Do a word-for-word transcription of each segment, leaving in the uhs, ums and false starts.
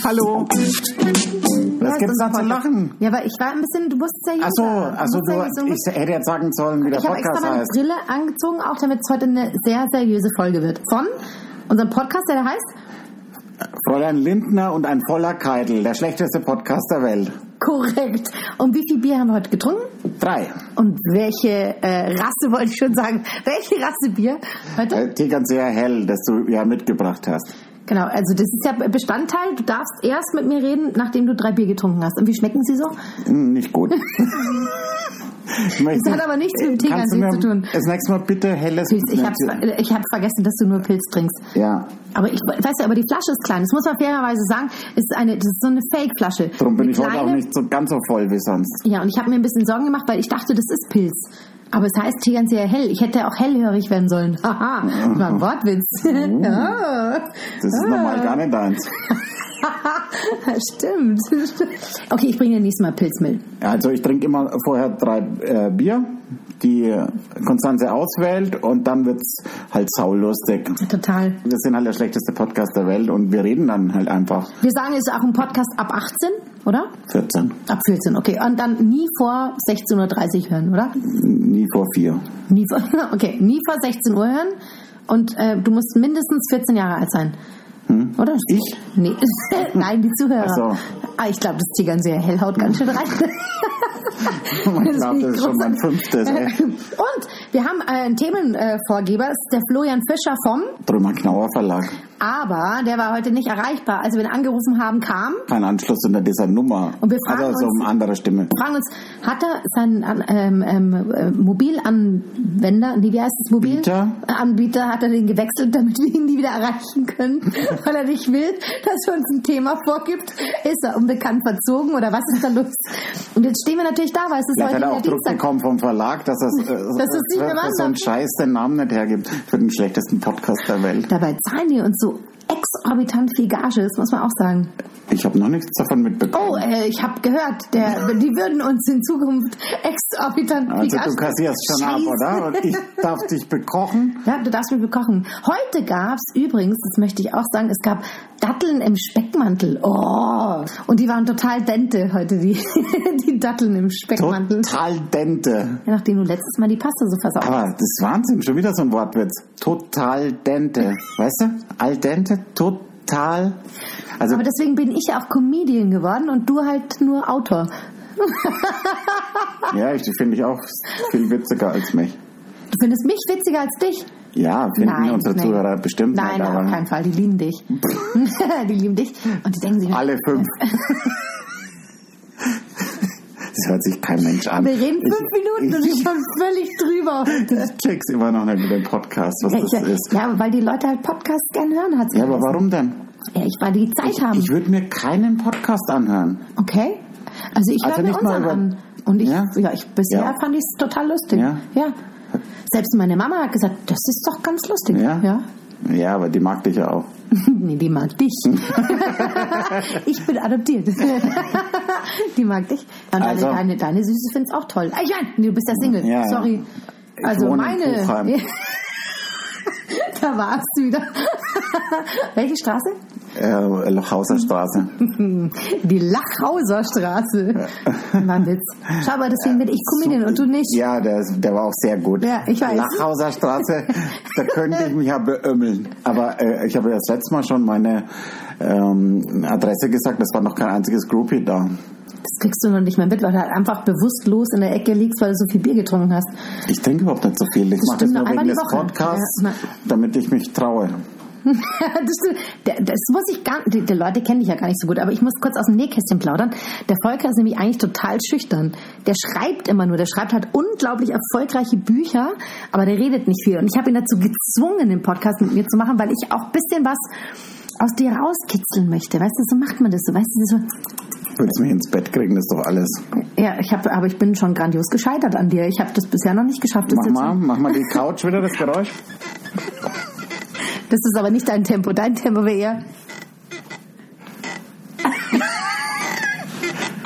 Hallo. Was gibt's da zu lachen? Ja, aber ich war ein bisschen, du wusstest ja Ach so, also du, ja so ich hätte jetzt sagen sollen, wie der ich Podcast heißt. Ich habe extra meine heißt. Brille angezogen, auch damit es heute eine sehr seriöse Folge wird. Von unserem Podcast, der da heißt Fräulein Lindner und ein voller Keitel, der schlechteste Podcast der Welt. Korrekt. Und wie viel Bier haben wir heute getrunken? Drei. Und welche äh, Rasse, wollte ich schon sagen, welche Rasse Bier heute? Äh, Tegernseer Hell, das du ja mitgebracht hast. Genau, also das ist ja Bestandteil. Du darfst erst mit mir reden, nachdem du drei Bier getrunken hast. Und wie schmecken sie so? Nicht gut. Das hat aber nichts mit dem Tegernsee zu tun. Das nächste Mal bitte helles Pilz. Ich habe ich hab vergessen, dass du nur Pilz trinkst. Ja. Aber ich weiß ja, aber die Flasche ist klein. Das muss man fairerweise sagen. Ist eine, das ist so eine Fake-Flasche. Darum bin eine ich kleine, heute auch nicht so ganz so voll wie sonst. Ja, und ich habe mir ein bisschen Sorgen gemacht, weil ich dachte, das ist Pilz. Aber es heißt Tegernseer Hell. Ich hätte auch hellhörig werden sollen. Haha, das war ein Wortwitz. Oh. Ja. Das ist ah. normal gar nicht deins. Stimmt. Okay, ich bringe dir nächstes Mal Pilz mit. Also ich trinke immer vorher drei äh, Bier, die Konstanze auswählt und dann wird's halt saulustig. Total. Wir sind halt der schlechteste Podcast der Welt und wir reden dann halt einfach. Wir sagen, es ist auch ein Podcast ab achtzehn, oder? vierzehn. Ab vierzehn, okay. Und dann nie vor sechzehn Uhr dreißig hören, oder? Nie vor vier. Nie vor, okay, nie vor sechzehn Uhr hören und äh, du musst mindestens vierzehn Jahre alt sein. Hm? Oder? Ich? Nee. Nein, die Zuhörer. Ach so. Ah, ich glaube, das Tegernseer Hell haut ganz schön rein. Ich glaube, das ist schon mein fünftes. Ey. Und wir haben einen Themenvorgeber, das ist der Florian Fischer vom Drömer Knauer Verlag. Aber der war heute nicht erreichbar. Als wir ihn angerufen haben, kam kein Anschluss unter dieser Nummer. Und wir fragen also so uns, eine andere Stimme. Wir fragen uns, hat er seinen ähm, ähm, Mobilanwender, nee, wie heißt es, Mobil? Bieter? Anbieter, hat er den gewechselt, damit wir ihn nie wieder erreichen können, weil er nicht will, dass er uns ein Thema vorgibt. Ist er unbekannt verzogen oder was ist da los? Und jetzt stehen wir natürlich da, weil es ist Vielleicht heute hat er auch der Druck Dienstag. bekommen vom Verlag, dass es äh, das ist nicht mehr so einen Scheiß den Namen nicht hergibt für den schlechtesten Podcast der Welt. Dabei zahlen die uns so exorbitant viel Gage, das muss man auch sagen. Ich habe noch nichts davon mitbekommen. Oh, äh, ich habe gehört, der, die würden uns in Zukunft exorbitant viel Also Gage. du kassierst schon ab, oder? Und ich darf dich bekochen. Ja, du darfst mich bekochen. Heute gab es übrigens, das möchte ich auch sagen, es gab Datteln im Speckmantel. Oh, und die waren total dente heute, die, die Datteln im Speckmantel. Total dente. Ja, nachdem du letztes Mal die Pasta so versaut hast. Aber das ist Wahnsinn, schon wieder so ein Wortwitz. Total dente. Weißt du? Al dente, total. Also, aber deswegen bin ich ja auch Comedian geworden und du halt nur Autor. Ja, ich finde ich auch viel witziger als mich. Du findest mich witziger als dich? Ja, finden Nein, unsere nein. Zuhörer bestimmt Nein, nicht. auf keinen Fall. Die lieben dich. Die lieben dich. Und die denken sich... Alle fünf. Das hört sich kein Mensch an. Wir reden fünf ich, Minuten und ich bin völlig drüber heute. Ich check's immer noch nicht mit dem Podcast, was Ja, das ich, ist. ja, weil die Leute halt Podcasts gern hören, hat Ja, aber warum denn? Ja, ich weil die Zeit Ich, haben. ich würde mir keinen Podcast anhören. Okay. Also ich Also höre mir nicht mal unseren über- an. Und ich, Ja? ja, ich bisher Ja. fand ich es total lustig. Ja? ja. Selbst meine Mama hat gesagt, das ist doch ganz lustig. Ja? Ja. Ja, aber die mag dich ja auch. Nee, die mag dich. Ich bin adoptiert. Die mag dich. Und Also- deine, deine, deine Süße findest auch toll. Ah, ich meine, nee, du bist ja Single. Ja, ja. Sorry. Ich Also wohne in meine... Puchheim. Da warst du wieder. Welche Straße? Äh, Lochhauser Straße. Die Lachhauser Straße. War ein Witz. Schau mal, deswegen bin ich Comedian und du nicht. Ja, der, der war auch sehr gut. Ja, ich weiß. Lachhauser Straße, da könnte ich mich ja beömmeln. Aber äh, ich habe ja das letzte Mal schon meine ähm, Adresse gesagt, das war noch kein einziges Groupie da. Das kriegst du noch nicht mehr mit, weil du halt einfach bewusstlos in der Ecke liegst, weil du so viel Bier getrunken hast. Ich trinke überhaupt nicht so viel. Ich mache das stimmt, nur einmal wegen die des Woche. Podcasts, Ja, damit ich mich traue. das, das muss ich gar die, die Leute kennen dich ja gar nicht so gut, aber ich muss kurz aus dem Nähkästchen plaudern. Der Volker ist nämlich eigentlich total schüchtern. Der schreibt immer nur, der schreibt halt unglaublich erfolgreiche Bücher, aber der redet nicht viel. Und ich habe ihn dazu gezwungen, den Podcast mit mir zu machen, weil ich auch ein bisschen was aus dir rauskitzeln möchte. Weißt du, so macht man das so. Weißt du, so. Willst du mich ins Bett kriegen, das ist doch alles. Ja, ich habe, aber ich bin schon grandios gescheitert an dir. Ich habe das bisher noch nicht geschafft. Das Mach jetzt mal, mach mal die Couch wieder, das Geräusch. Das ist aber nicht dein Tempo. Dein Tempo wäre eher...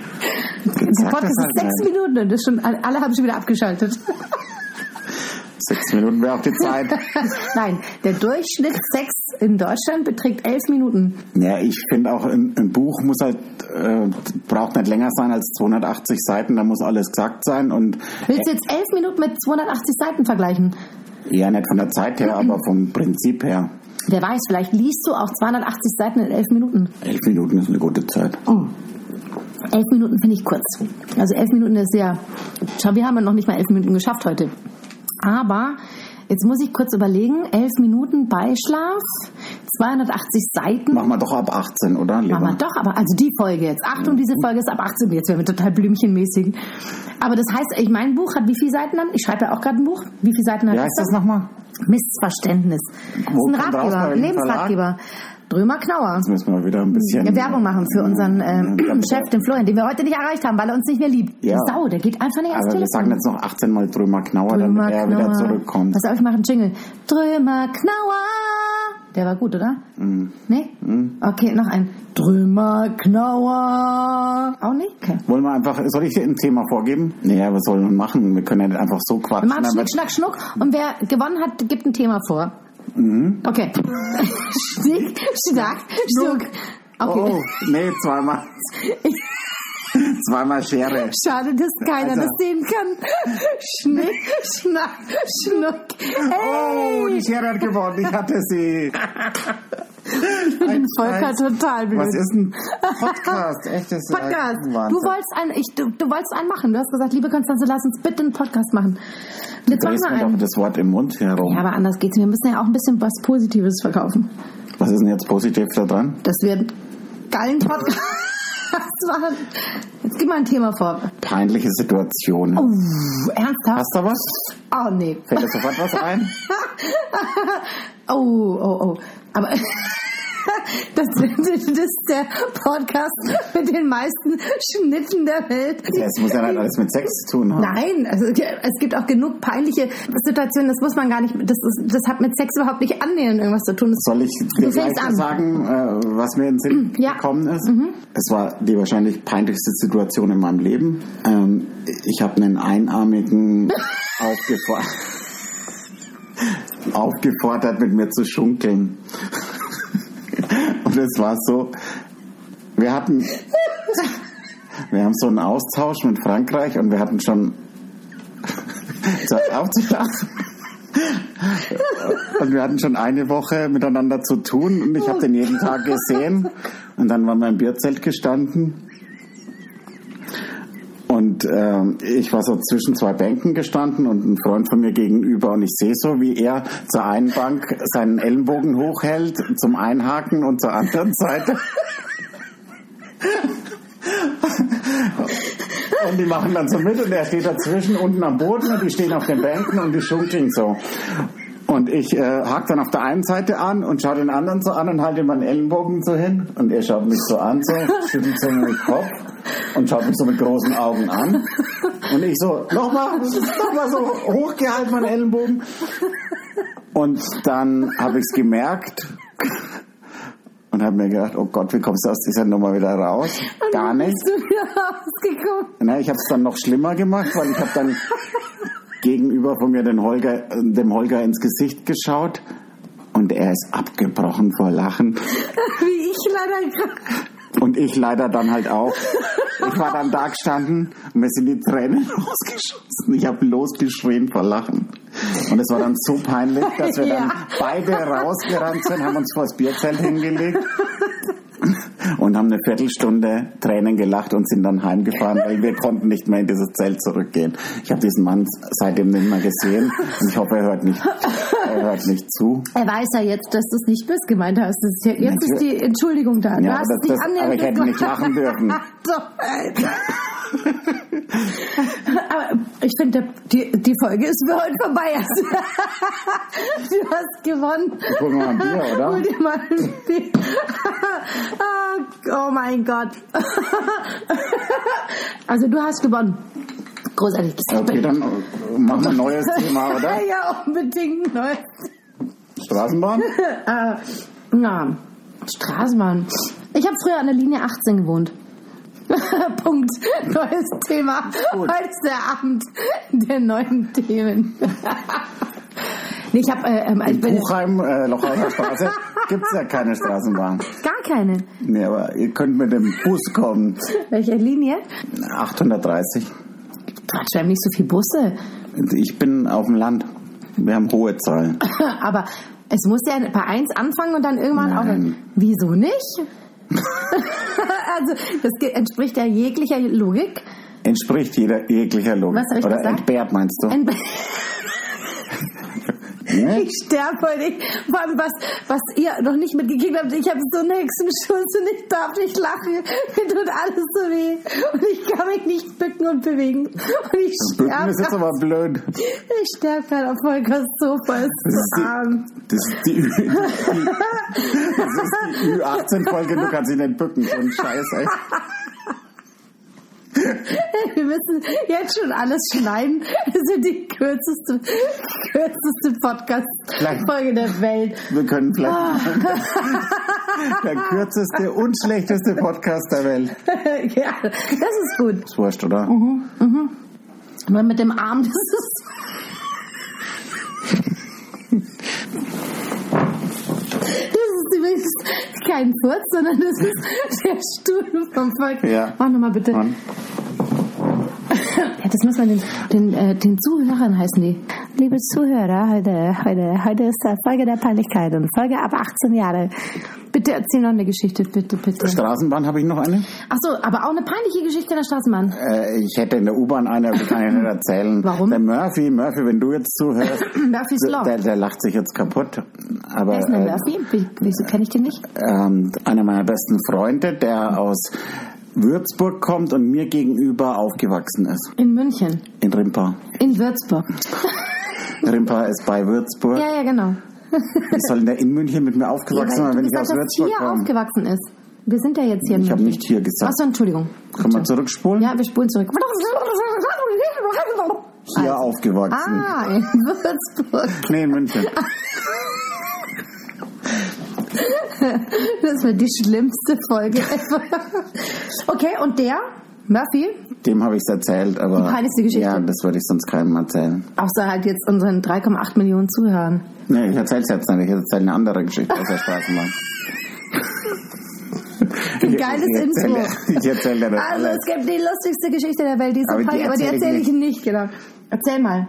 Der Podcast ist sechs Minuten und das schon, alle haben schon wieder abgeschaltet. Sechs Minuten wäre auch die Zeit. Nein, der Durchschnitt Sex in Deutschland beträgt elf Minuten. Ja, ich finde auch, ein, ein Buch muss halt, äh, braucht nicht länger sein als zweihundertachtzig Seiten, da muss alles gesagt sein. Und willst du jetzt elf Minuten mit zweihundertachtzig Seiten vergleichen? Ja, nicht von der Zeit her, aber vom Prinzip her. Wer weiß, vielleicht liest du auch zweihundertachtzig Seiten in elf Minuten. Elf Minuten ist eine gute Zeit. Oh. Elf Minuten finde ich kurz. Also elf Minuten ist sehr... Schau, wir haben ja noch nicht mal elf Minuten geschafft heute. Aber jetzt muss ich kurz überlegen. Elf Minuten Beischlaf, zweihundertachtzig Seiten. Machen wir doch ab achtzehn, oder? Lieber? Machen wir doch, aber also die Folge jetzt. Achtung, diese Folge ist ab achtzehn. Jetzt werden wir total blümchenmäßig. Aber das heißt, ich, mein Buch hat wie viele Seiten dann? Ich schreibe ja auch gerade ein Buch. Wie viele Seiten hat ja, das? Ja, ist das nochmal? Missverständnis. Das ist ein Ratgeber, ein Lebensratgeber. Drömer Knauer. Jetzt müssen wir wieder ein bisschen... Ja, Werbung machen für unseren ähm, ja, Chef, den Florian, den wir heute nicht erreicht haben, weil er uns nicht mehr liebt. Ja. Sau, der geht einfach nicht ans Telefon. Wir sagen jetzt noch achtzehn Mal Drömer Knauer, Drömer damit er Knauer. wieder zurückkommt. Was soll ich machen? Jingle. Drömer Knauer. Der war gut, oder? Mm. Nee? Mm. Okay, noch ein. Drömer Knauer. Auch nicht? Okay. Wollen wir einfach... Soll ich dir ein Thema vorgeben? Naja, was sollen wir machen? Wir können ja nicht einfach so quatschen. Wir machen Schnick, Schnack, Schnuck und wer gewonnen hat, gibt ein Thema vor. Mhm. Okay. Schnick, Schnack, Schnuck. Okay. Oh, nee, zweimal. Zweimal Schere. Schade, dass keiner also. das sehen kann. Schnick, Schnack, Schnuck. Hey. Oh, die Schere hat gewonnen. Ich hatte sie. Ich finde den Volker total blöd. Was ist ein Podcast? Echtes Podcast. Du wolltest einen, ich, du, du wolltest einen machen. Du hast gesagt, liebe Konstanze, lass uns bitte einen Podcast machen. Jetzt machen wir einen. Doch das Wort im Mund herum. Ja, aber anders geht's. Wir müssen ja auch ein bisschen was Positives verkaufen. Was ist denn jetzt positiv da dran? Dass wir einen geilen Podcast machen. Jetzt gib mal ein Thema vor. Peinliche Situationen. Oh, ernsthaft? Hast du was? Oh, nee. Fällt dir sofort was ein? oh, oh, oh. Aber... Das, das ist der Podcast mit den meisten Schnitten der Welt. Das muss ja nicht alles mit Sex zu tun haben. Nein, also es gibt auch genug peinliche Situationen, das muss man gar nicht, das, ist, das hat mit Sex überhaupt nicht annähernd irgendwas zu tun. Das, Soll ich dir gleich sagen, was mir in den Sinn ja. gekommen ist? Mhm. Es war die wahrscheinlich peinlichste Situation in meinem Leben. Ich habe einen Einarmigen aufgefordert, aufgefordert, mit mir zu schunkeln. Und es war so, wir hatten, wir haben so einen Austausch mit Frankreich und wir hatten schon, aufzulachen. Und wir hatten schon eine Woche miteinander zu tun und ich habe den jeden Tag gesehen und dann waren wir im Bierzelt gestanden und äh, ich war so zwischen zwei Bänken gestanden und ein Freund von mir gegenüber und ich sehe so, wie er zur einen Bank seinen Ellenbogen hochhält zum Einhaken und zur anderen Seite und die machen dann so mit und er steht dazwischen unten am Boden und die stehen auf den Bänken und die schunkeln so. Und ich äh, hake dann auf der einen Seite an und schaue den anderen so an und halte meinen Ellenbogen so hin. Und er schaut mich so an, so, schüttelt so mit dem Kopf und schaut mich so mit großen Augen an. Und ich so, nochmal, nochmal so hochgehalten, meinen Ellenbogen. Und dann habe ich es gemerkt und habe mir gedacht, oh Gott, wie kommst du aus dieser Nummer wieder raus? Und Gar nicht. Bist du wieder rausgekommen? Na, ich habe es dann noch schlimmer gemacht, weil ich habe dann gegenüber von mir den Holger, dem Holger ins Gesicht geschaut und er ist abgebrochen vor Lachen. Wie ich leider gerade. Und ich leider dann halt auch. Ich war dann da gestanden und mir sind die Tränen losgeschossen. Ich habe losgeschrien vor Lachen. Und es war dann so peinlich, dass wir dann ja. beide rausgerannt sind, haben uns vor das Bierzelt hingelegt und haben eine Viertelstunde Tränen gelacht und sind dann heimgefahren, weil wir konnten nicht mehr in dieses Zelt zurückgehen. Ich habe diesen Mann seitdem nicht mehr gesehen und ich hoffe, er hört nicht, er hört nicht zu. Er weiß ja jetzt, dass du es nicht böse gemeint hast. Das ist, jetzt ist die Entschuldigung da. Ja, das, das, aber ich hätte nicht lachen dürfen. So, aber ich finde, die, die Folge ist für heute vorbei. Du hast gewonnen. Ich hol mal ein Bier, oder? Hol dir mal ein Bier. Oh mein Gott. Also du hast gewonnen. Großartig. Okay, dann machen wir ein neues Thema, oder? Ja, unbedingt ein neues. Straßenbahn? äh, na, Straßenbahn. Ich habe früher an der Linie achtzehn gewohnt. Punkt. Neues Thema. Heute ist der Abend der neuen Themen. Nee, ich hab, äh, ähm, In Buchheim, äh, Lochhauser Straße, gibt es ja keine Straßenbahn. Gar keine. Nee, aber ihr könnt mit dem Bus kommen. Welche Linie? achthundertdreißig. Quatsch, wir haben nicht so viele Busse. Ich bin auf dem Land. Wir haben hohe Zahlen. Aber es muss ja bei eins anfangen und dann irgendwann Nein. auch... Wieso nicht? Also, das entspricht ja jeglicher Logik. Entspricht jeder jeglicher Logik. Was hab ich Oder gesagt? entbehrt, meinst du? Entbe- Ne? Ich sterbe heute nicht. Vor allem, was, was ihr noch nicht mitgekriegt habt, ich habe so einen Hexenschuss und ich darf nicht lachen. Mir tut alles so weh. Und ich kann mich nicht bücken und bewegen. Und ich Das Bücken sterbe. ist jetzt aber blöd. Ich sterbe gerade auf Volkers Sofa. Es Das ist ist so die, arm. das ist die, Ü- die, das ist die Ü achtzehn-Folge, du kannst dich nicht bücken. So ein Scheiß, ey. Wir müssen jetzt schon alles schneiden. Das ist die kürzeste, kürzeste Podcast-Folge der Welt. Wir können vielleicht der kürzeste und schlechteste Podcast der Welt. Ja, das ist gut. Ist wurscht, oder? Mhm, mhm. Aber mit dem Arm, das ist... Das ist übrigens kein Furz, sondern das ist der Stuhl vom Volk. Ja. Mach nochmal bitte. Mann. Ja, das muss man den, den, äh, den Zuhörern heißen die. Liebe Zuhörer, heute, heute, heute ist die Folge der Peinlichkeit und Folge ab achtzehn Jahre. Bitte erzähl noch eine Geschichte, bitte, bitte. Straßenbahn habe ich noch eine. Ach so, aber auch eine peinliche Geschichte in der Straßenbahn. Äh, ich hätte in der U-Bahn eine, aber die kann ich nicht erzählen. Warum? Der Murphy, Murphy, wenn du jetzt zuhörst, Murphy's Law. der, der lacht sich jetzt kaputt. Aber, Wer ist denn der äh, Murphy? Wie- Wieso kenne ich den nicht? ähm, einer meiner besten Freunde, der aus Würzburg kommt und mir gegenüber aufgewachsen ist. In München. In Rimpa. In Würzburg. Rimpa ist bei Würzburg. Ja, ja, genau. Wie soll denn der in München mit mir aufgewachsen Ja, sein, weil wenn du ich aus gesagt hast, Würzburg hier komme? aufgewachsen ist. Wir sind ja jetzt hier in Ich habe München. nicht hier gesagt. Achso, Entschuldigung. Können wir zurückspulen? Ja, wir spulen zurück. Hier aufgewachsen. Ah, in Würzburg. Nee, in München. Das wird die schlimmste Folge ever. Okay, und der? Murphy? Dem habe ich es erzählt, aber... Die peinlichste Geschichte. Ja, das würde ich sonst keinem erzählen. Außer halt jetzt unseren drei Komma acht Millionen Zuhörern. Nee, ich erzähle es jetzt nicht. Ich erzähle eine andere Geschichte aus der Straßenbahn. Ein geiles ich Intro. erzähle, ich erzähle dir das Also, alles. es gibt die lustigste Geschichte der Welt, die ist so Aber die peinlich, aber die erzähl ich erzähle ich nicht, genau. Erzähl mal.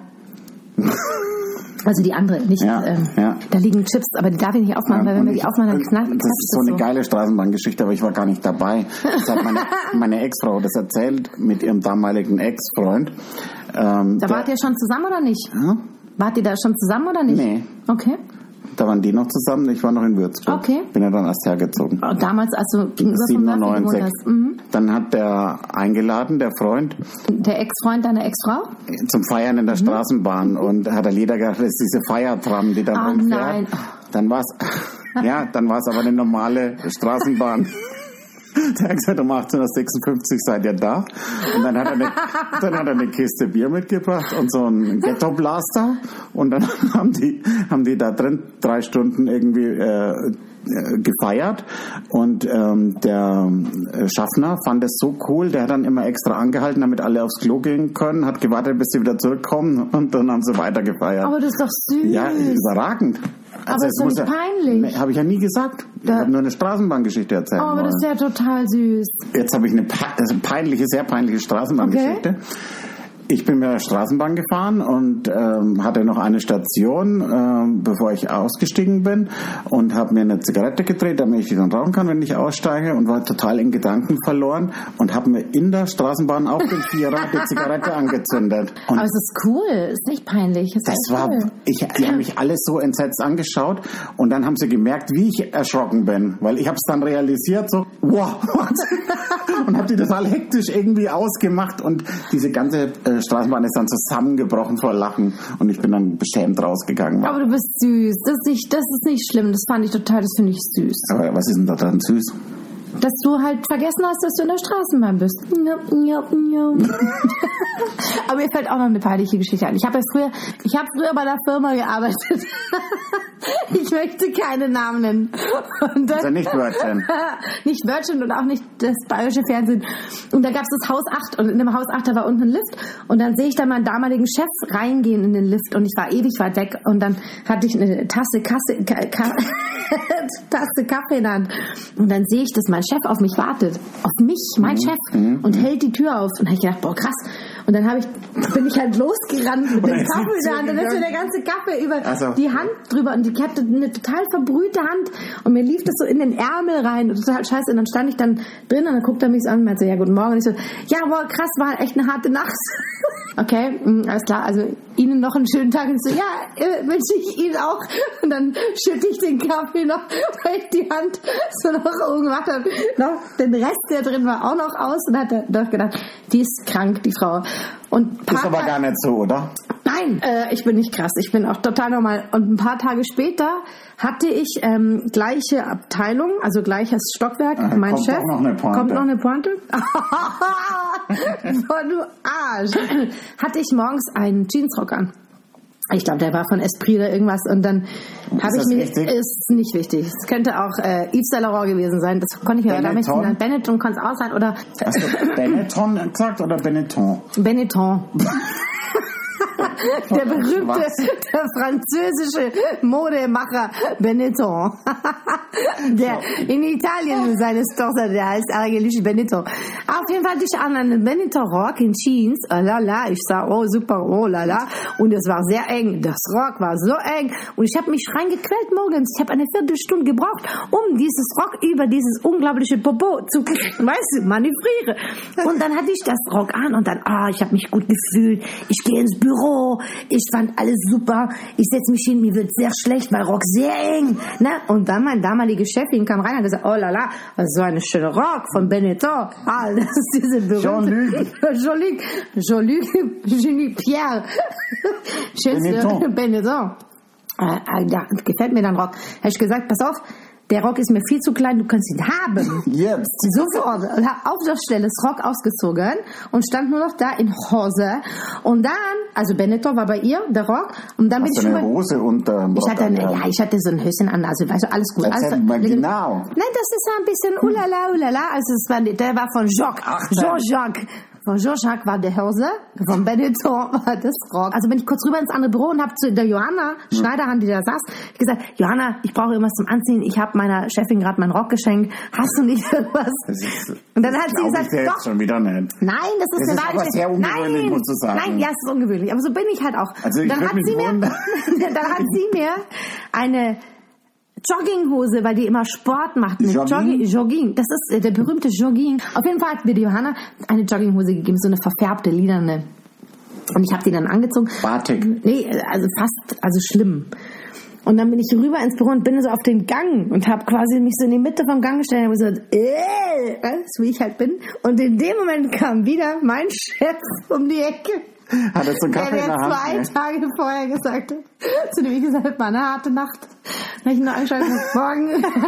Also die andere, nicht, Ja, ähm, ja. da liegen Chips, aber die darf ich nicht aufmachen, weil wenn Und wir die ich- aufmachen, dann das- knallt Das ist so eine geile Straßenbahngeschichte, aber ich war gar nicht dabei. Das hat meine, meine Ex-Frau das erzählt mit ihrem damaligen Ex-Freund. Ähm, Da der- wart ihr schon zusammen oder nicht? Ja, Wart ihr da schon zusammen oder nicht? Nee. Okay. da waren die noch zusammen, ich war noch in Würzburg. Okay. Bin ja dann erst hergezogen. Und damals, als du gegenüber von Murphy gewohnt siebenundneunzig. hast. Mhm. Dann hat der eingeladen, der Freund, Der Ex-Freund deiner Ex-Frau? zum Feiern in der Straßenbahn und hat der Lieder gedacht, das ist diese Feiertram, die dann Ah, rumfährt. nein. Dann war's, ja, dann war es aber eine normale Straßenbahn. Der hat gesagt, um achtzehn Uhr sechsundfünfzig seid ihr da. Und dann hat er eine, dann hat er eine Kiste Bier mitgebracht und so einen Ghetto-Blaster. Und dann haben die, haben die da drin drei Stunden irgendwie äh, äh, gefeiert. Und ähm, der äh, Schaffner fand es so cool, der hat dann immer extra angehalten, damit alle aufs Klo gehen können, hat gewartet, bis sie wieder zurückkommen und dann haben sie weiter gefeiert. Aber das ist doch süß. Ja, überragend. Aber ist doch nicht peinlich. Nee, habe ich ja nie gesagt. Ich Da- habe nur eine Straßenbahngeschichte erzählt. Oh, aber das ist ja total süß. Jetzt habe ich eine pe- das ist eine peinliche, sehr peinliche Straßenbahngeschichte. Okay. Ich bin mit der Straßenbahn gefahren und ähm, hatte noch eine Station, ähm, bevor ich ausgestiegen bin und habe mir eine Zigarette gedreht, damit ich die dann rauchen kann, wenn ich aussteige und war total in Gedanken verloren und habe mir in der Straßenbahn auf dem Vierer die Zigarette angezündet. Und Aber es ist cool, ist nicht peinlich. Ist das echt war, cool. ich, die haben mich alle so entsetzt angeschaut und dann haben sie gemerkt, wie ich erschrocken bin, weil ich habe es dann realisiert, so, wow, und habe die total hektisch irgendwie ausgemacht und diese ganze äh, Straßenbahn ist dann zusammengebrochen vor Lachen und ich bin dann beschämt rausgegangen. Aber du bist süß. Das ist, nicht, das ist nicht schlimm. Das fand ich total, das finde ich süß. Aber was ist denn da dran süß? Dass du halt vergessen hast, dass du in der Straßenbahn bist. Ja, ja, ja. Aber mir fällt auch noch eine peinliche Geschichte ein. Ich habe ja früher, ich habe früher bei der Firma gearbeitet. Ich möchte keine Namen nennen. Und dann, also nicht Virgin. Nicht Virgin und auch nicht das bayerische Fernsehen. Und da gab es das Haus acht und in dem Haus acht da war unten ein Lift und dann sehe ich da meinen damaligen Chef reingehen in den Lift und ich war ewig weit weg und dann hatte ich eine Tasse, Kasse, Ka, Ka, Tasse Kaffee in der Hand und dann sehe ich, dass mein Chef auf mich wartet. Auf mich, mein Chef. Und hält die Tür auf. Und habe ich gedacht, boah, krass. Und dann habe ich, bin ich halt losgerannt mit dem Kaffee da und dann ist mir der ganze Kaffee über also. die Hand drüber und ich hatte eine total verbrühte Hand und mir lief das so in den Ärmel rein und total scheiße. Und dann stand ich dann drin und dann guckte er mich so an und meinte so, ja, guten Morgen. Und ich so, ja, boah, krass, war echt eine harte Nacht. Okay, alles klar, also Ihnen noch einen schönen Tag. Und ich so, ja, äh, wünsche ich Ihnen auch. Und dann schütte ich den Kaffee noch, weil ich die Hand so noch oben gemacht habe. Noch den Rest, der drin war, auch noch aus. Und hat er doch gedacht, die ist krank, die Frau. Und ist aber gar nicht so, oder? Nein, äh, ich bin nicht krass. Ich bin auch total normal. Und ein paar Tage später hatte ich ähm, gleiche Abteilung, also gleiches Stockwerk. Äh, mein kommt Chef. Noch eine Pointe. Kommt noch eine Pointe? Boah, du Arsch. Hatte ich morgens einen Jeansrock an. Ich glaube, der war von Esprit oder irgendwas. Und dann habe ich mir... Wichtig? Ist nicht wichtig. Es könnte auch äh, Yves Saint Laurent gewesen sein. Das konnte ich mir aber damit nicht. Benetton kann es auch sein. Oder hast du Benetton gesagt oder Benetton? Benetton. Der berühmte, Was? der französische Modemacher Benetton. Der in Italien seine Tochter, der heißt Argelische Benetton. Auf jeden Fall hatte ich an einen Benetton-Rock in Jeans. Oh la la, ich sah, oh super, oh la la. Und es war sehr eng. Das Rock war so eng. Und ich habe mich reingequält morgens. Ich habe eine Viertelstunde gebraucht, um dieses Rock über dieses unglaubliche Popo zu, weißt du, manövrieren. Und dann hatte ich das Rock an und dann, ah, oh, ich habe mich gut gefühlt. Ich gehe ins Büro. Ich fand alles super. Ich setze mich hin, mir wird sehr schlecht, weil Rock sehr eng. Ne? Und dann mein damaliger Chefin kam rein und gesagt, oh la la, das ist so eine schöne Rock von Benetton. Ah, das ist diese berühmte... Jean-Luc. Jean-Luc. Jean-Luc Pierre. Benetton. Benetton. Äh, äh, ja, gefällt mir dein Rock. Habe ich gesagt, pass auf, der Rock ist mir viel zu klein, du kannst ihn haben. Jetzt. Sofort. Und habe auf der Stelle das Rock ausgezogen und stand nur noch da in Hose. Und dann, also Benetton war bei ihr, der Rock. Und dann Hast bin du ich eine Hose unter dem ich Rock hatte eine, angehabt? ja, ich hatte so ein Höschen an, also weißt du, alles gut. Erzähl Alles, mal genau. Nein, das ist ein bisschen ulala, ulala. Also es war, der war von Jacques. Ach, Jean-Jacques. Von Jean-Jacques war der Hose, von Benetton war das Rock. Also bin ich kurz rüber ins andere Büro und habe zu der Johanna Schneiderhand, die da saß, gesagt, Johanna, ich brauche irgendwas zum Anziehen. Ich habe meiner Chefin gerade meinen Rock geschenkt. Hast du nicht irgendwas? Ist, und dann hat sie gesagt, ich doch. schon wieder nicht. Nein, das ist das eine ist aber sehr ungewöhnlich, Nein, musst du sagen. Nein, ja, es ist ungewöhnlich. Aber so bin ich halt auch. Also ich dann hat mich sie mir, wundern. dann hat sie mir eine Jogginghose, weil die immer Sport macht. Eine Jogging? Jogging, Jogging. Das ist äh, der berühmte Jogging. Auf jeden Fall hat mir die Johanna eine Jogginghose gegeben, so eine verfärbte, lilane. Und ich habe die dann angezogen. Batik. Nee, also fast, also schlimm. Und dann bin ich rüber ins Büro und bin so auf den Gang und habe quasi mich so in die Mitte vom Gang gestellt und habe gesagt, äh, weißt du, wie ich halt bin. Und in dem Moment kam wieder mein Chef um die Ecke. Hat er so einen Kaffee der, in der der Hand? zwei Tage vorher gesagt hat, zu dem ich gesagt habe, war eine harte Nacht. Dann habe ich ihn noch angeschaut und gesagt, morgen.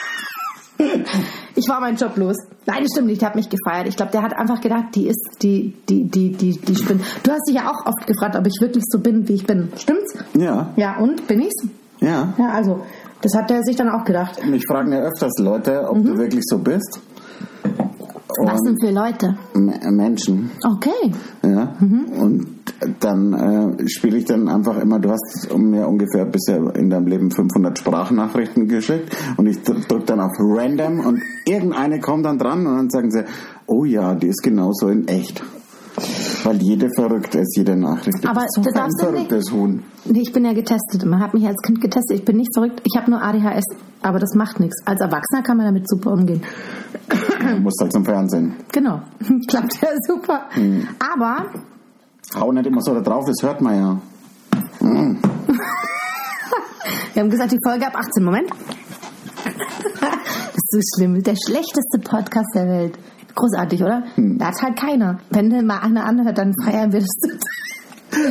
Ich war meinen Job los. Nein, das stimmt nicht, der hat mich gefeiert. Ich glaube, der hat einfach gedacht, die ist, die, die, die, die, die spinnt. Du hast dich ja auch oft gefragt, ob ich wirklich so bin, wie ich bin. Stimmt's? Ja. Ja, und? Bin ich's? Ja. Ja, also, das hat er sich dann auch gedacht. Mich fragen ja öfters Leute, ob Mhm. du wirklich so bist. Was sind für Leute? M- Menschen. Okay. Ja. Mhm. Und dann äh, spiele ich dann einfach immer, du hast mir ungefähr bisher in deinem Leben fünfhundert Sprachnachrichten geschickt und ich drücke dann auf Random und irgendeine kommt dann dran und dann sagen sie, oh ja, die ist genauso in echt. Weil jede verrückt ist, jede Nachricht. Aber so du ein darfst ja verrücktes Huhn. Nee, ich bin ja getestet. Man hat mich als Kind getestet. Ich bin nicht verrückt. Ich habe nur A D H S. Aber das macht nichts. Als Erwachsener kann man damit super umgehen. Du musst halt zum Fernsehen. Genau. Klappt ja super. Hm. Aber... Hau nicht immer so da drauf, das hört man ja. Hm. Wir haben gesagt, die Folge ab achtzehn. Moment. Das ist so schlimm. Der schlechteste Podcast der Welt. Großartig, oder? Hm. Da hat halt keiner. Wenn denn mal einer anhört, dann feiern wir das.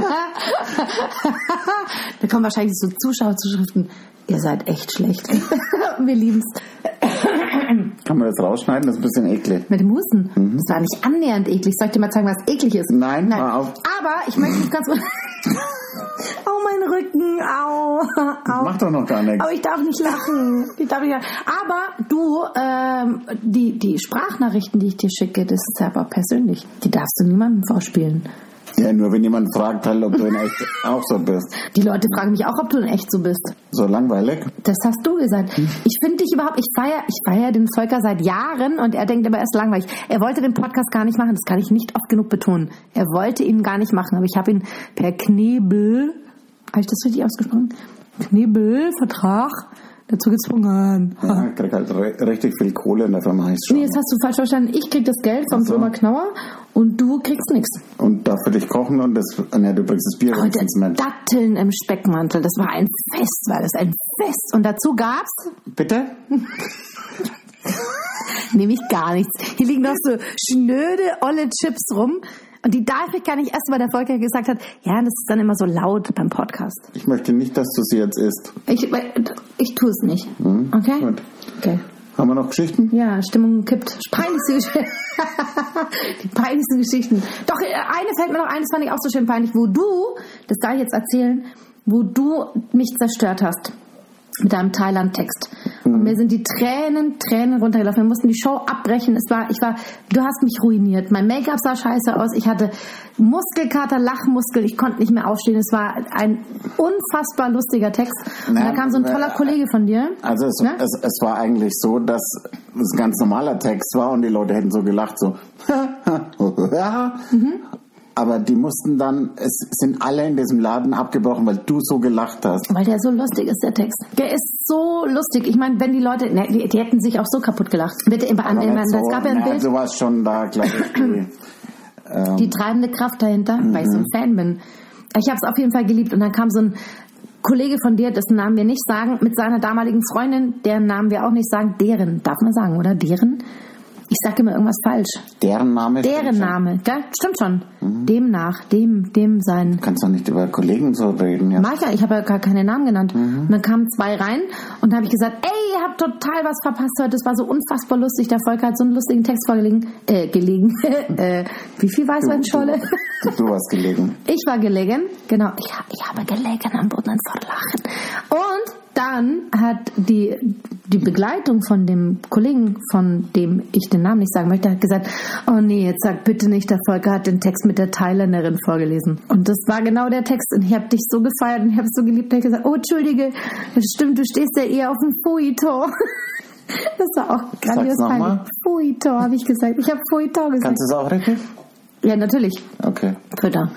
Da kommen wahrscheinlich so Zuschauerzuschriften. Ihr seid echt schlecht. Wir lieben's. Kann man das rausschneiden? Das ist ein bisschen eklig. Mit dem Husten? Mhm. Das war nicht annähernd eklig. Soll ich dir mal zeigen, was eklig ist? Nein, Nein. mal auf. Aber ich möchte nicht ganz... Oh, mein Rücken, au, au. Mach doch noch gar nichts. Aber ich darf nicht lachen. Ich darf nicht lachen. Aber du, ähm, die, die Sprachnachrichten, die ich dir schicke, das ist aber persönlich. Die darfst du niemandem vorspielen. Ja, nur wenn jemand fragt, halt, ob du in echt auch so bist. Die Leute fragen mich auch, ob du in echt so bist. So langweilig? Das hast du gesagt. Ich finde dich überhaupt, ich feiere ich feier den Volker seit Jahren und er denkt aber, er ist langweilig. Er wollte den Podcast gar nicht machen, das kann ich nicht oft genug betonen. Er wollte ihn gar nicht machen, aber ich habe ihn per Knebel, habe ich das richtig ausgesprochen? Knebelvertrag dazu gezwungen. Ja, ich krieg halt re- richtig viel Kohle in der Firma. Heißt schon. Nee, jetzt hast du falsch verstanden. Ich krieg das Geld vom so. Firma Knauer und du kriegst nichts. Und darf für dich kochen und das, ne, du bringst das Bier Und wenigstens mit. Datteln im Speckmantel, das war ein Fest, war das ein Fest. Und dazu gab's Bitte? nämlich gar nichts. Hier liegen noch so schnöde, olle Chips rum. Und die darf ich gar nicht essen, weil der Volker gesagt hat, ja, das ist dann immer so laut beim Podcast. Ich möchte nicht, dass du sie jetzt isst. Ich, ich tue es nicht. Hm? Okay? Gut. Okay. Haben wir noch Geschichten? Ja, Stimmung kippt. Peinlichste Geschichten. Die peinlichsten Geschichten. Doch, eine fällt mir noch ein, das fand ich auch so schön peinlich, wo du, das darf ich jetzt erzählen, wo du mich zerstört hast. Mit deinem Thailand-Text. Und mir sind die Tränen, Tränen runtergelaufen. Wir mussten die Show abbrechen. Es war, ich war, du hast mich ruiniert. Mein Make-up sah scheiße aus. Ich hatte Muskelkater, Lachmuskel. Ich konnte nicht mehr aufstehen. Es war ein unfassbar lustiger Text. Und Na, da kam so ein toller Kollege von dir. Also es, Ne? es, es war eigentlich so, dass es ein ganz normaler Text war und die Leute hätten so gelacht, so mhm. Aber die mussten dann, es sind alle in diesem Laden abgebrochen, weil du so gelacht hast. Weil der so lustig ist, der Text. Der ist so lustig. Ich meine, wenn die Leute, ne, die, die hätten sich auch so kaputt gelacht. Bitte, im, Aber im, nicht es so, gab ja ein na, Bild. du warst schon da, glaube ich, die, ähm, Die treibende Kraft dahinter, weil ich so ein Fan bin. Ich habe es auf jeden Fall geliebt. Und dann kam so ein Kollege von dir, dessen Namen wir nicht sagen, mit seiner damaligen Freundin, deren Namen wir auch nicht sagen, deren, darf man sagen, oder? Deren? Ich sage immer irgendwas falsch. deren Name. Deren Name, gell? Stimmt schon. Mhm. Demnach, dem, dem sein. Du kannst doch nicht über Kollegen so reden. Ja. Mach ich ja, ich habe ja gar keine Namen genannt. Mhm. Und dann kamen zwei rein und da habe ich gesagt, ey, ihr habt total was verpasst heute. Das war so unfassbar lustig. Der Volker hat so einen lustigen Text vorgelegen. Äh, gelegen. äh, wie viel Weißweinscholle? Du, du warst gelegen. Ich war gelegen, genau. Ich, ich habe gelegen am Boden vor Lachen. Und dann hat die, die Begleitung von dem Kollegen, von dem ich den Namen nicht sagen möchte, hat gesagt, oh nee, jetzt sag bitte nicht, der Volker hat den Text mit der Thailänderin vorgelesen. Und das war genau der Text und ich habe dich so gefeiert und ich habe es so geliebt. Ich habe gesagt, oh Entschuldige, das stimmt, du stehst ja eher auf dem Fouilleton. Das war auch grandios peinlich. Fouilleton, habe ich gesagt. Ich habe Fouilleton gesagt. Kannst du es auch richtig? Ja, natürlich. Okay. Twitter.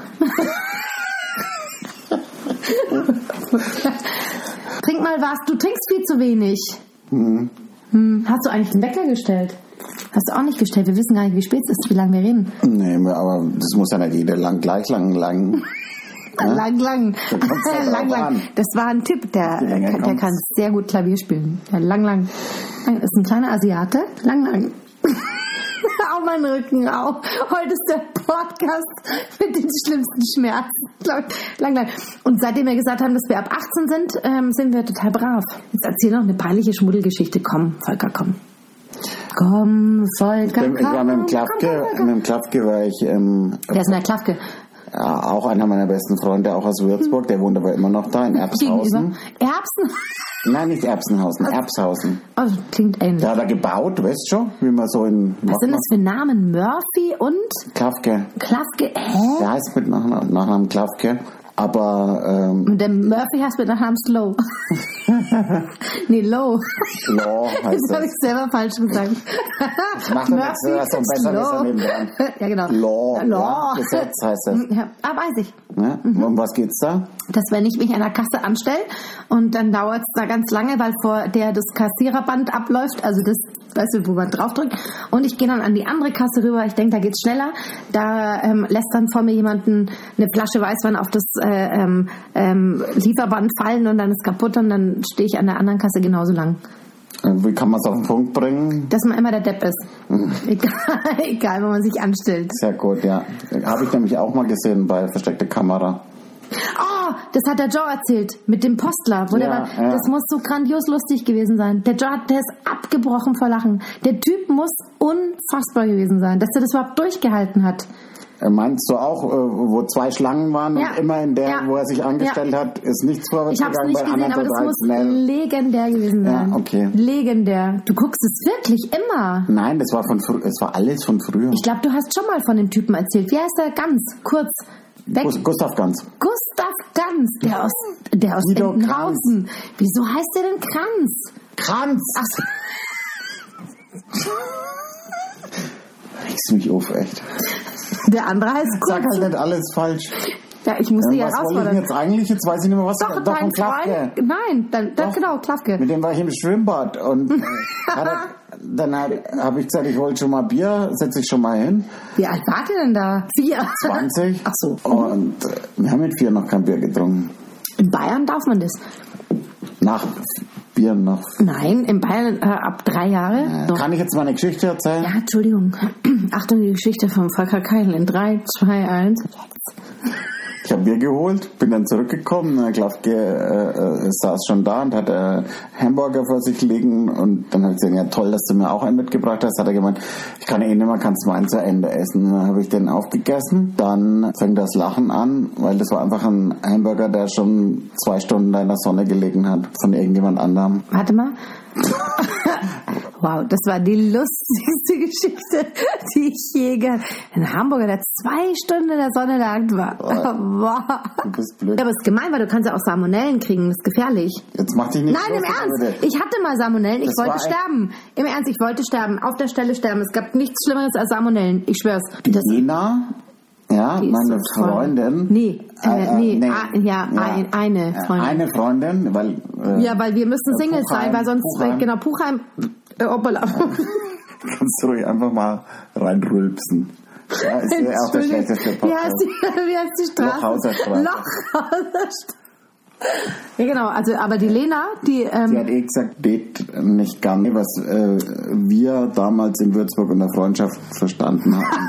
Trink mal was, du trinkst viel zu wenig. Mhm. Hm. Hast du eigentlich den Wecker gestellt? Hast du auch nicht gestellt? Wir wissen gar nicht, wie spät es ist, wie lange wir reden. Nee, aber das muss ja nicht jeder lang, gleich lang, lang. Ja? Lang, lang. Halt lang, lang. an. Das war ein Tipp, der, der, der kann sehr gut Klavier spielen. Ja, lang, lang. Das ist ein kleiner Asiate. Lang, lang. Au, mein Rücken, au. Heute ist der Podcast mit den schlimmsten Schmerzen. Lang, lang. Und seitdem wir gesagt haben, dass wir ab achtzehn sind, ähm, sind wir total brav. Jetzt erzähl noch eine peinliche Schmuddelgeschichte. Komm, Volker, komm. Komm, Volker, komm. Ich war mit dem Klafke, mit dem Klafke war ich, ähm, Wer ist denn der Klafke? ja, auch einer meiner besten Freunde, auch aus Würzburg, der wohnt aber immer noch da in Erbshausen. Erbsen? Nein, nicht Erbsenhausen, Erbshausen. Oh, klingt ähnlich. Der hat er gebaut, weißt du schon, wie man so in... Was sind das für Namen? Murphy und? Klafke. Klafke, hä? Der heißt mit Nachnamen, Nachnamen Klafke, aber... Ähm, Und der Murphy heißt mit Nachnamen Slow. Nee, Low. Law heißt Das habe das. ich selber falsch gesagt. Das macht er nicht so, dass er besser ist er nebendran. Ja, genau. Law, Law. Ja, Gesetz heißt das. Ja, ah, weiß ich. Ja? Mhm. Um was geht's da? Dass wenn ich mich an der Kasse anstelle und dann dauert es da ganz lange, weil vor der das Kassiererband abläuft, also das, weißt du, wo man draufdrückt, und ich gehe dann an die andere Kasse rüber, ich denke, da geht's schneller, da ähm, lässt dann vor mir jemanden eine Flasche Weißwein auf das äh, ähm, ähm, Lieferband fallen und dann ist kaputt und dann stehe ich an der anderen Kasse genauso lang. Wie kann man es auf den Punkt bringen? Dass man immer der Depp ist. Mhm. Egal, egal, wo man sich anstellt. Sehr gut, ja. Habe ich nämlich auch mal gesehen bei Versteckte Kamera. Oh, das hat der Joe erzählt mit dem Postler. Wo Ja, der war, ja. Das muss so grandios lustig gewesen sein. Der Joe, der ist abgebrochen vor Lachen. Der Typ muss unfassbar gewesen sein, dass er das überhaupt durchgehalten hat. Meinst du auch, wo zwei Schlangen waren ja. und immer in der, ja. wo er sich angestellt ja. hat, ist nichts vorwärts gegangen? Ich habe es nicht gesehen, aber das muss schnell. legendär gewesen sein. Ja, okay. Legendär. Du guckst es wirklich immer. Nein, das war von fr- es war alles von früher. Ich glaube, du hast schon mal von dem Typen erzählt. Wie heißt der? Ganz kurz. Weg. Gustav Ganz. Gustav Ganz, der aus, der aus Entenhausen. Wieso heißt der denn Kranz? Kranz! Ach so. Regst mich auf, echt. Der andere heißt Kurz. Sag halt nicht alles falsch. Ja, ich muss ja, dich was herausfordern. Was wollte ich jetzt eigentlich? Jetzt weiß ich nicht mehr, was... Doch, doch dein Klafke. Freund? Nein, dann, dann genau, Klafke. Mit dem war ich im Schwimmbad und äh, hat er, dann habe ich gesagt, ich wollte schon mal Bier, setze ich schon mal hin. Wie alt wart ihr denn da? Vier? zwanzig. Ach so. Und äh, wir haben mit vier noch kein Bier getrunken. In Bayern darf man das. Nach Bier noch. Nein, in Bayern äh, ab drei Jahre. Äh, kann ich jetzt meine Geschichte erzählen? Ja, Entschuldigung. Achtung, die Geschichte von Volker Keil in drei, zwei, eins. Ich habe Bier geholt, bin dann zurückgekommen. Ich glaube, äh, saß schon da und hatte Hamburger vor sich liegen. Und dann habe ich gesagt, ja toll, dass du mir auch einen mitgebracht hast. Hat er gemeint, ich kann eh nicht mehr, kannst meinen zu Ende essen. Dann habe ich den aufgegessen. Dann fängt das Lachen an, weil das war einfach ein Hamburger, der schon zwei Stunden da in der Sonne gelegen hat, von irgendjemand anderem. Warte mal. Wow, das war die lustigste Geschichte, die ich je gehört habe. Ein Hamburger, der zwei Stunden in der Sonne lag, war. Wow. Du bist blöd. Aber es ist gemein, weil du kannst ja auch Salmonellen kriegen, das ist gefährlich. Jetzt mach dich nicht Nein, im Ernst. Bitte. Ich hatte mal Salmonellen, ich das wollte sterben. Im Ernst, ich wollte sterben, auf der Stelle sterben. Es gab nichts Schlimmeres als Salmonellen, ich schwör's. Die Lena, ja, die meine so Freundin. Nee, äh, äh, nee, nee. Ah, ja, ja, ein, eine Freundin. Eine Freundin, weil... Äh, ja, weil wir müssen Single Puchheim, sein, weil sonst... Puchheim. Genau, Puchheim... Äh, hoppala. Kannst du ruhig einfach mal reinrülpsen. Ja, ist ja auch der schlechteste Podcast. Wie heißt die, wie heißt die Straße? Lochhauser Straße. Lochhauser Straße. Ja, genau, also aber die Lena, die... Ähm, Sie hat eh gesagt, bet nicht gar nicht, was äh, wir damals in Würzburg unter Freundschaft verstanden haben.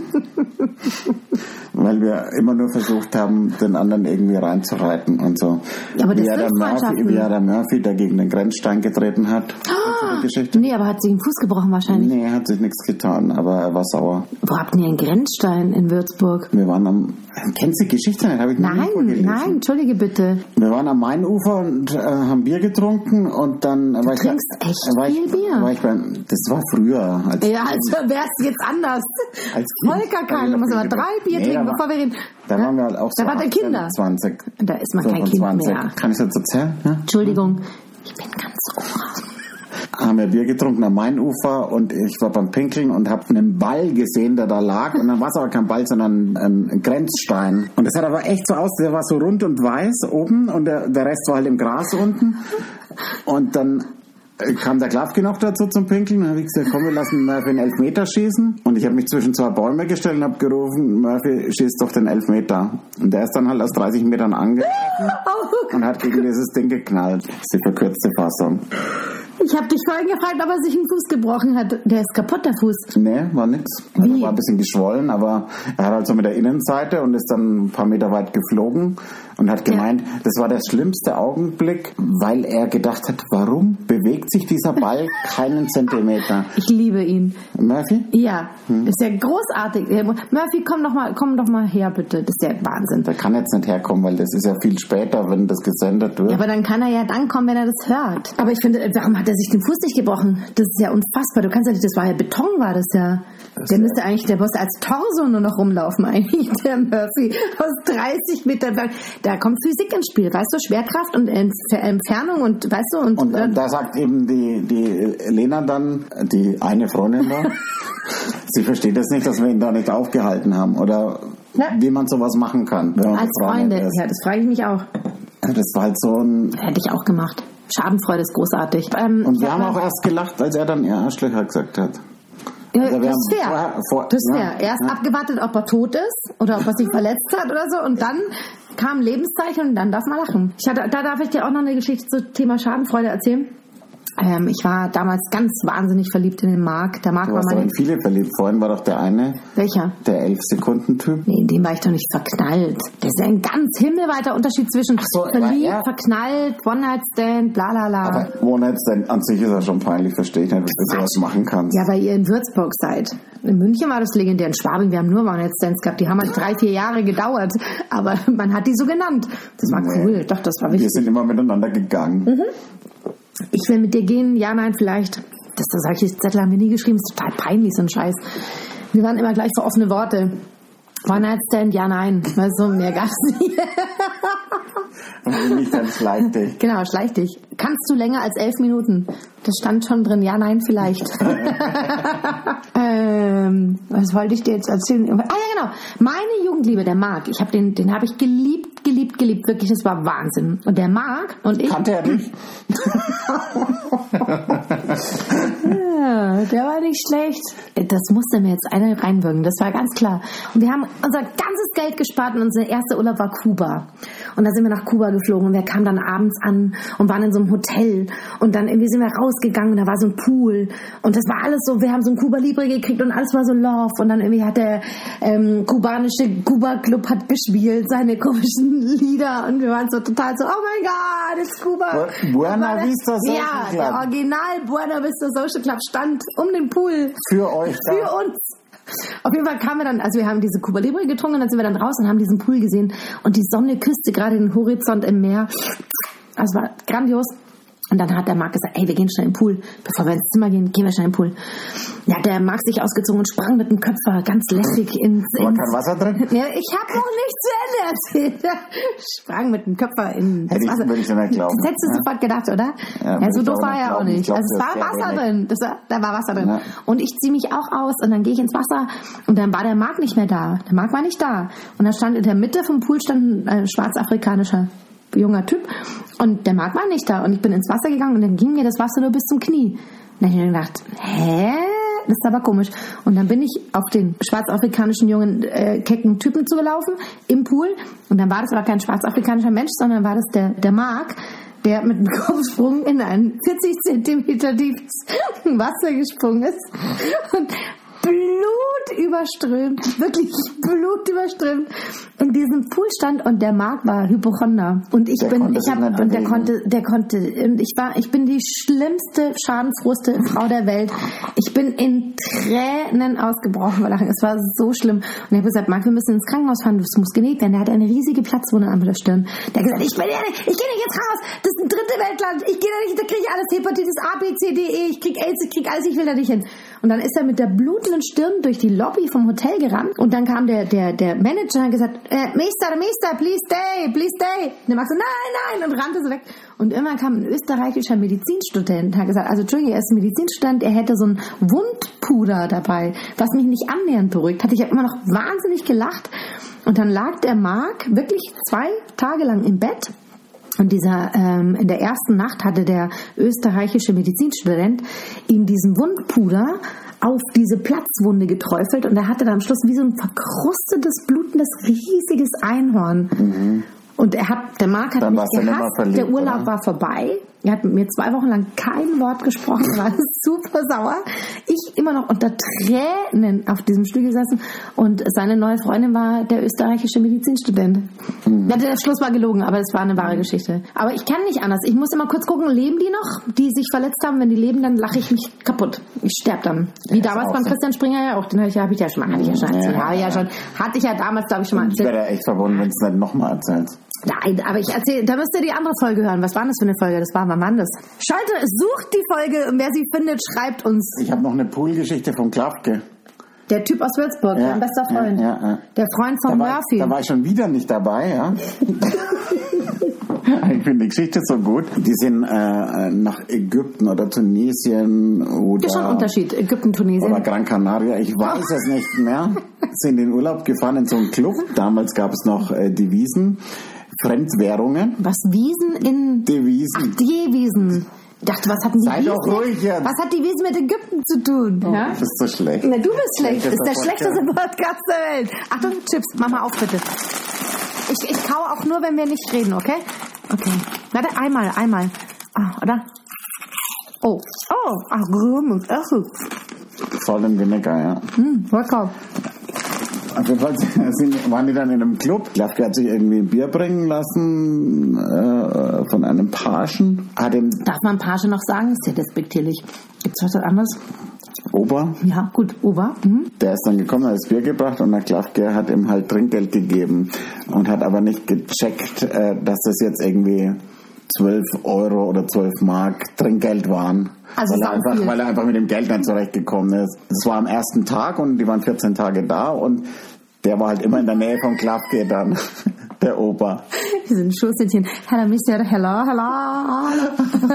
Weil wir immer nur versucht haben, den anderen irgendwie reinzureiten und so. Ja, aber das wie, ja der Murphy, wie ja der Murphy, der gegen den Grenzstein getreten hat. Oh, Geschichte. Nee, aber hat sich den Fuß gebrochen wahrscheinlich. Nee, hat sich nichts getan, aber er war sauer. Wo habt ihr einen Grenzstein in Würzburg? Wir waren am... Kennst du die Geschichte nicht? Hab ich nein, nein, entschuldige bitte. Wir waren am Mainufer und äh, haben Bier getrunken und dann... Du war trinkst ich, echt war viel ich, Bier? War ich beim, das war früher. Als ja, also wäre es jetzt anders. Als Volker Keil, du musst aber drei Bier nee, trinken, war, bevor wir reden. Da waren wir halt auch so da war der achtzehn, Kinder. zwanzig. Da ist man kein Kind mehr. Kann ich das erzählen? Ja? Entschuldigung, ich bin ganz ohr. Haben wir Bier getrunken am Mainufer und ich war beim Pinkeln und habe einen Ball gesehen, der da lag. Und dann war es aber kein Ball, sondern ein, ein Grenzstein. Und das hat aber echt so aus, der war so rund und weiß oben und der, der Rest war halt im Gras unten. Und dann kam der Klafke noch dazu zum Pinkeln. Dann habe ich gesagt, komm, wir lassen Murphy einen Elfmeter schießen. Und ich habe mich zwischen zwei Bäume gestellt und habe gerufen, Murphy, schießt doch den Elfmeter. Und der ist dann halt aus dreißig Metern angegriffen und hat gegen dieses Ding geknallt. Das ist die verkürzte Fassung. Ich habe dich vorhin gefragt, ob er sich einen Fuß gebrochen hat. Der ist kaputt, der Fuß. Nee, war nix. Also war ein bisschen geschwollen, aber er hat halt so mit der Innenseite und ist dann ein paar Meter weit geflogen und hat gemeint, ja. Das war der schlimmste Augenblick, weil er gedacht hat, warum bewegt sich dieser Ball keinen Zentimeter? Ich liebe ihn. Murphy? Ja, hm. Ist ja großartig. Murphy, komm doch mal, komm doch mal her, bitte. Das ist ja Wahnsinn. Der kann jetzt nicht herkommen, weil das ist ja viel später, wenn das gesendet wird. Ja, aber dann kann er ja dann kommen, wenn er das hört. Aber ich finde, warum hat er sich den Fuß nicht gebrochen? Das ist ja unfassbar. Du kannst ja nicht, das war ja Beton, war das ja. Das der müsste eigentlich, der müsste als Torso nur noch rumlaufen eigentlich, der Murphy. Aus dreißig Metern. Da kommt Physik ins Spiel, weißt du? Schwerkraft und Entfernung und, weißt du? Und, und, und da sagt eben die, die Lena dann, die eine Freundin da, sie versteht es nicht, dass wir ihn da nicht aufgehalten haben. Oder ja. Wie man sowas machen kann. Als Freunde, ja, das frage ich mich auch. Das war halt so ein... Hätte ich auch gemacht. Schadenfreude ist großartig. Ähm, und wir haben auch erst gelacht, als er dann ihr Arschlöcher gesagt hat. Ja, also das ist fair. Vorher, vor, das ist fair. Ja, erst ja. abgewartet, ob er tot ist oder ob er sich verletzt hat oder so. Und dann kam Lebenszeichen und dann darf man lachen. Ich hatte, da darf ich dir auch noch eine Geschichte zum Thema Schadenfreude erzählen. Ähm, ich war damals ganz wahnsinnig verliebt in den Marc. Der Marc du war warst meine... in viele verliebt. Vorhin war doch der eine... Welcher? Der elf-Sekunden-Typ. Nee, in dem war ich doch nicht verknallt. Das ist ja ein ganz himmelweiter Unterschied zwischen so, verliebt, ja. verknallt, One-Night-Stand, bla bla bla. Aber One-Night-Stand an sich ist ja schon peinlich, verstehe ich nicht, dass du sowas machen kannst. Ja, weil ihr in Würzburg seid. In München war das legendär. In Schwabing, wir haben nur One-Night-Stands gehabt. Die haben halt drei, vier Jahre gedauert. Aber man hat die so genannt. Das war Nee. cool. Doch, das war wichtig. Wir sind immer miteinander gegangen. Mhm. Ich will mit dir gehen. Ja, nein, vielleicht. Das, das solche Zettel haben wir nie geschrieben. Das ist total peinlich, so ein Scheiß. Wir waren immer gleich für offene Worte. One-Night-Stand, ja, nein. Also, mehr gab's nicht. Und wenn nicht, dann schleicht dich. Genau, schleich dich. Kannst du länger als elf Minuten? Das stand schon drin. Ja, nein, vielleicht. ähm, was wollte ich dir jetzt erzählen? Ah ja, genau. Meine Jugendliebe, der Marc. Ich habe den, den habe ich geliebt, geliebt, geliebt. Wirklich, das war Wahnsinn. Und der Marc und ich. Kannte er dich? Ja, der war nicht schlecht. Das musste mir jetzt einer reinwirken, das war ganz klar. Und wir haben unser ganzes Geld gespart und unser erster Urlaub war Kuba. Und da sind wir nach Kuba geflogen und wir kamen dann abends an und waren in so einem Hotel. Und dann irgendwie sind wir rausgegangen und da war so ein Pool. Und das war alles so, wir haben so ein Cuba Libre gekriegt und alles war so Love. Und dann irgendwie hat der ähm, kubanische Kuba-Club hat gespielt, seine komischen Lieder. Und wir waren so total so, oh mein Gott, das ist Kuba. Buena Vista Social Ja, Club. der Original Buena Vista Social Club stand um den Pool. Für euch da. Für uns. Auf jeden Fall kamen wir dann, also wir haben diese Cuba Libre getrunken und dann sind wir dann raus und haben diesen Pool gesehen und die Sonne küsste gerade den Horizont im Meer. Das war grandios. Und dann hat der Marc gesagt, ey, wir gehen schnell in den Pool. Bevor wir ins Zimmer gehen, gehen wir schnell in den Pool. Ja, hat der Marc sich ausgezogen und sprang mit dem Köpfer ganz lässig ins... War ins kein Wasser drin? ja, ich habe noch nicht zu Ende erzählt. Sprang mit dem Köpfer in das Hätte ich, Wasser. würde ich dann nicht glauben. Das hättest du Ja. sofort gedacht, oder? Ja, Ja, so würde ich doof auch war nicht er auch glauben. Ich nicht. glaub, Also es das war ist Wasser sehr drin. Das war, da war Wasser drin. Ja. Und ich ziehe mich auch aus und dann gehe ich ins Wasser und dann war der Marc nicht mehr da. Der Marc war nicht da. Und da stand in der Mitte vom Pool stand ein äh, schwarzafrikanischer junger Typ und der Marc war nicht da und ich bin ins Wasser gegangen und dann ging mir das Wasser nur bis zum Knie. Und dann habe ich mir gedacht, hä? Das ist aber komisch. Und dann bin ich auf den schwarzafrikanischen jungen äh, kecken Typen zugelaufen im Pool und dann war das aber kein schwarzafrikanischer Mensch, sondern war das der, der Marc, der mit dem Kopfsprung in ein vierzig Zentimeter tiefes Wasser gesprungen ist und Blut überströmt, wirklich Blut überströmt in diesem Pool stand und der Marc war Hypochonder und ich Der bin, konnte ich sich habe nicht und der bewegen. konnte, der konnte und ich war, ich bin die schlimmste, schadenfrohste Frau der Welt. Ich bin in Tränen ausgebrochen vor Lachen. Es war so schlimm und ich habe gesagt, Marc, wir müssen ins Krankenhaus fahren, das muss genäht werden. Der hatte eine riesige Platzwunde an der Stirn. Der hat gesagt, ich will ja nicht, ich gehe nicht ins Krankenhaus, das ist ein dritte Weltland, ich gehe da nicht, da kriege ich alles Hepatitis A, B, C, D, E, ich krieg AIDS, ich krieg alles, ich will da nicht hin. Und dann ist er mit der blutenden Stirn durch die Lobby vom Hotel gerannt und dann kam der, der, der Manager und hat gesagt, äh, Mister, Mister, please stay, please stay. Und der Max so, nein, nein, und rannte so weg. Und irgendwann kam ein österreichischer Medizinstudent und hat gesagt, also Entschuldigung, er ist Medizinstudent, er hätte so ein Wundpuder dabei, was mich nicht annähernd beruhigt hat. Ich habe immer noch wahnsinnig gelacht. Und dann lag der Marc wirklich zwei Tage lang im Bett. Und dieser, ähm, in der ersten Nacht hatte der österreichische Medizinstudent ihm diesen Wundpuder auf diese Platzwunde geträufelt und er hatte dann am Schluss wie so ein verkrustetes, blutendes, riesiges Einhorn. Mhm. Und er hat, der Marc hat Dann mich warst du gehasst, nimmer verliebt, der Urlaub oder? war vorbei. Er hat mit mir zwei Wochen lang kein Wort gesprochen, war super sauer. Ich immer noch unter Tränen auf diesem Stuhl gesessen und seine neue Freundin war der österreichische Medizinstudent. Mhm. Ja, der Schluss war gelogen, aber es war eine wahre Geschichte. Aber ich kann nicht anders. Ich muss immer kurz gucken, leben die noch, die sich verletzt haben? Wenn die leben, dann lache ich mich kaputt. Ich sterbe dann. Wie Ja, damals ist auch beim so. Christian Springer ja auch. Den habe ich, hab ich ja schon mal, hatte ich ja schon erzählt. Ja, Habe ich ja schon, hatte ich ja damals, glaube ich, schon mal Ich erzählt. wäre echt verbunden, wenn du es nicht nochmal erzählst. Nein, aber ich erzähle, da müsst ihr die andere Folge hören. Was war das für eine Folge? Das war wann war das? Schaltet, sucht die Folge und wer sie findet, schreibt uns. Ich habe noch eine Poolgeschichte von Klafke. Der Typ aus Würzburg, Ja, mein bester Freund. ja, ja, ja. Der Freund von Da war, Murphy. da war ich schon wieder nicht dabei, ja. Ich finde die Geschichte so gut. Die sind äh, nach Ägypten oder Tunesien oder, Das ist schon ein Unterschied. Ägypten, Tunesien. oder Gran Canaria, ich weiß es nicht mehr, sind in Urlaub gefahren in so einen Club. Damals gab es noch äh, Devisen, Fremdwährungen. Was, Wiesen in... Devisen. Ach, die Wiesen. Ich dachte, was hat denn die Sei Wiesen doch ruhig jetzt. Was hat die Wiesen mit Ägypten zu tun? Oh, ja? Du bist so schlecht. Na, du bist schlecht. Das ist der Schlechtester schlechteste Podcast der Welt. Achtung, Chips, mach mal auf, bitte. Ich, ich kaue auch nur, wenn wir nicht reden, okay? Okay. Warte, einmal, einmal. Ah, oder? Oh, oh, ach, grün, ach, Voll im Vinegar, ja. hm, lecker. Auf jeden Fall sind, waren die dann in einem Club. Klafke hat sich irgendwie ein Bier bringen lassen äh, von einem Pagen. Hat ihm, Darf man Page noch sagen? Ist ja despektierlich. Gibt's was anderes? Ober. Ja, gut, Ober. Mhm. Der ist dann gekommen, hat das Bier gebracht und der Klafke hat ihm halt Trinkgeld gegeben und hat aber nicht gecheckt, dass das jetzt irgendwie zwölf Euro oder zwölf Mark Trinkgeld waren. Also weil, er einfach, weil er einfach mit dem Geld nicht zurechtgekommen ist. Das war am ersten Tag und die waren vierzehn Tage da und der war halt immer in der Nähe vom Klafke dann, der Opa. Wir sind Schulzähnchen. Hello, Mister, hello, hello.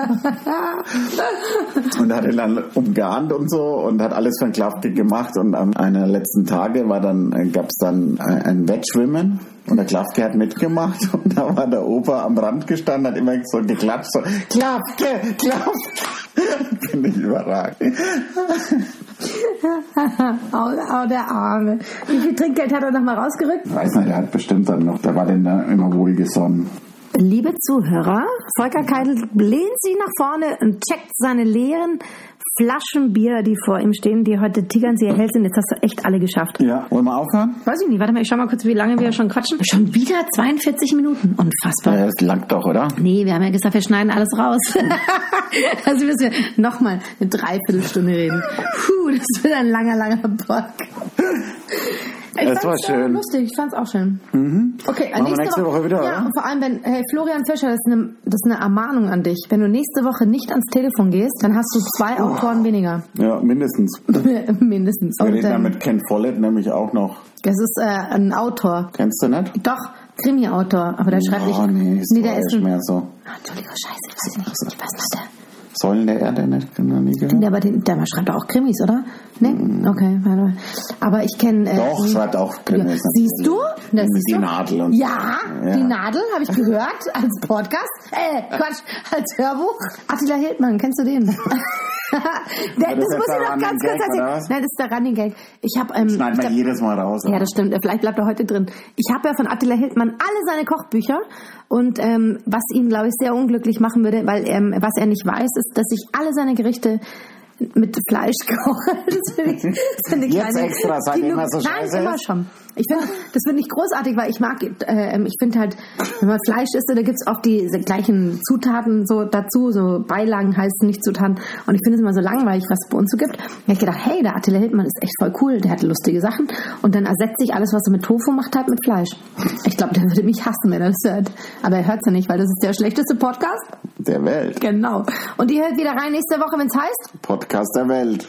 Und er hat ihn dann umgarnt und so und hat alles für den Klafke gemacht und an einer der letzten Tage war dann, gab es dann ein Wettschwimmen. Und der Klafke hat mitgemacht und da war der Opa am Rand gestanden, hat immer so geklatscht, so, Klafke, Klafke. Finde ich überragend. oh, oh, der Arme. Wie viel Trinkgeld hat er nochmal rausgerückt? Ich weiß nicht, der hat bestimmt dann noch, der war denn da immer wohlgesonnen. Liebe Zuhörer, Volker Keidel lehnt sich nach vorne und checkt seine leeren Flaschen Bier, die vor ihm stehen, die heute tigern sie erhellt sind. Jetzt hast du echt alle geschafft. Ja, wollen wir aufhören? Weiß ich nicht. Warte mal, ich schau mal kurz, wie lange wir schon quatschen. Schon wieder zweiundvierzig Minuten. Unfassbar. Ja, das langt doch, oder? Nee, wir haben ja gesagt, wir schneiden alles raus. Also müssen wir nochmal eine Dreiviertelstunde reden. Puh, das wird ein langer, langer Bock. Ich das war schön. Lustig, ich fand's auch schön. Mhm. Okay, Machen nächste, wir nächste Woche, Woche wieder, ja, oder? Und vor allem, wenn, hey, Florian Fischer, das ist, eine, das ist eine Ermahnung an dich. Wenn du nächste Woche nicht ans Telefon gehst, dann hast du zwei oh. Autoren weniger. Ja, mindestens. mindestens. Wir reden dann mit Ken Follett nämlich auch noch. Das ist äh, ein Autor. Kennst du nicht? Doch, Krimi-Autor, aber der schreibt nicht. Oh nee, nee, der ist nicht mehr so. Ah, Entschuldigung, scheiße, ich weiß nicht. Ich weiß nicht, der. Säulen der Erde nicht, noch nie gehört. Der, aber den, der schreibt auch Krimis, oder? Ne? Mm. Okay, warte. Aber ich kenne... Äh, Doch, schreibt auch Krimis. Ja. Siehst du? Das die siehst Nadel. Und ja, ja, die Nadel habe ich gehört als Podcast. Äh, Quatsch, als Hörbuch. Attila Hildmann, kennst du den? der, das, das muss ich noch ganz kurz erzählen. Nein, das ist der Running Gag. Ich habe... Ähm, schneiden wir glaub, jedes Mal raus. Ja, das stimmt. Vielleicht bleibt er heute drin. Ich habe ja von Attila Hildmann alle seine Kochbücher und ähm, was ihn, glaube ich, sehr unglücklich machen würde, weil ähm, was er nicht weiß, ist, dass ich alle seine Gerichte mit Fleisch koche. Das finde ich, das find ich Jetzt kleine, extra, seitdem er so scheiße Nein, immer schon. Ich finde, das finde ich großartig, weil ich mag, äh, ich finde halt, wenn man Fleisch isst, da gibt es auch die gleichen Zutaten so dazu, so Beilagen heißt nicht Zutaten. Und ich finde es immer so langweilig, was es bei uns so gibt. Da habe ich gedacht, hey, der Attila Hildmann ist echt voll cool, der hat lustige Sachen. Und dann ersetze ich alles, was er mit Tofu macht, halt mit Fleisch. Ich glaube, der würde mich hassen, wenn er das hört. Aber er hört es ja nicht, weil das ist der schlechteste Podcast der Welt. Genau. Und ihr hört wieder rein nächste Woche, wenn es heißt? Podcast der Welt.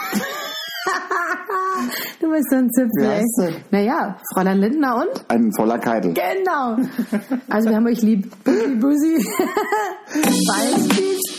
Du bist so ein Zipfel. Naja, Fräulein Lindner und? Ein voller Keitel. Genau. Also wir haben euch lieb. Bussi, Bussi. Bye.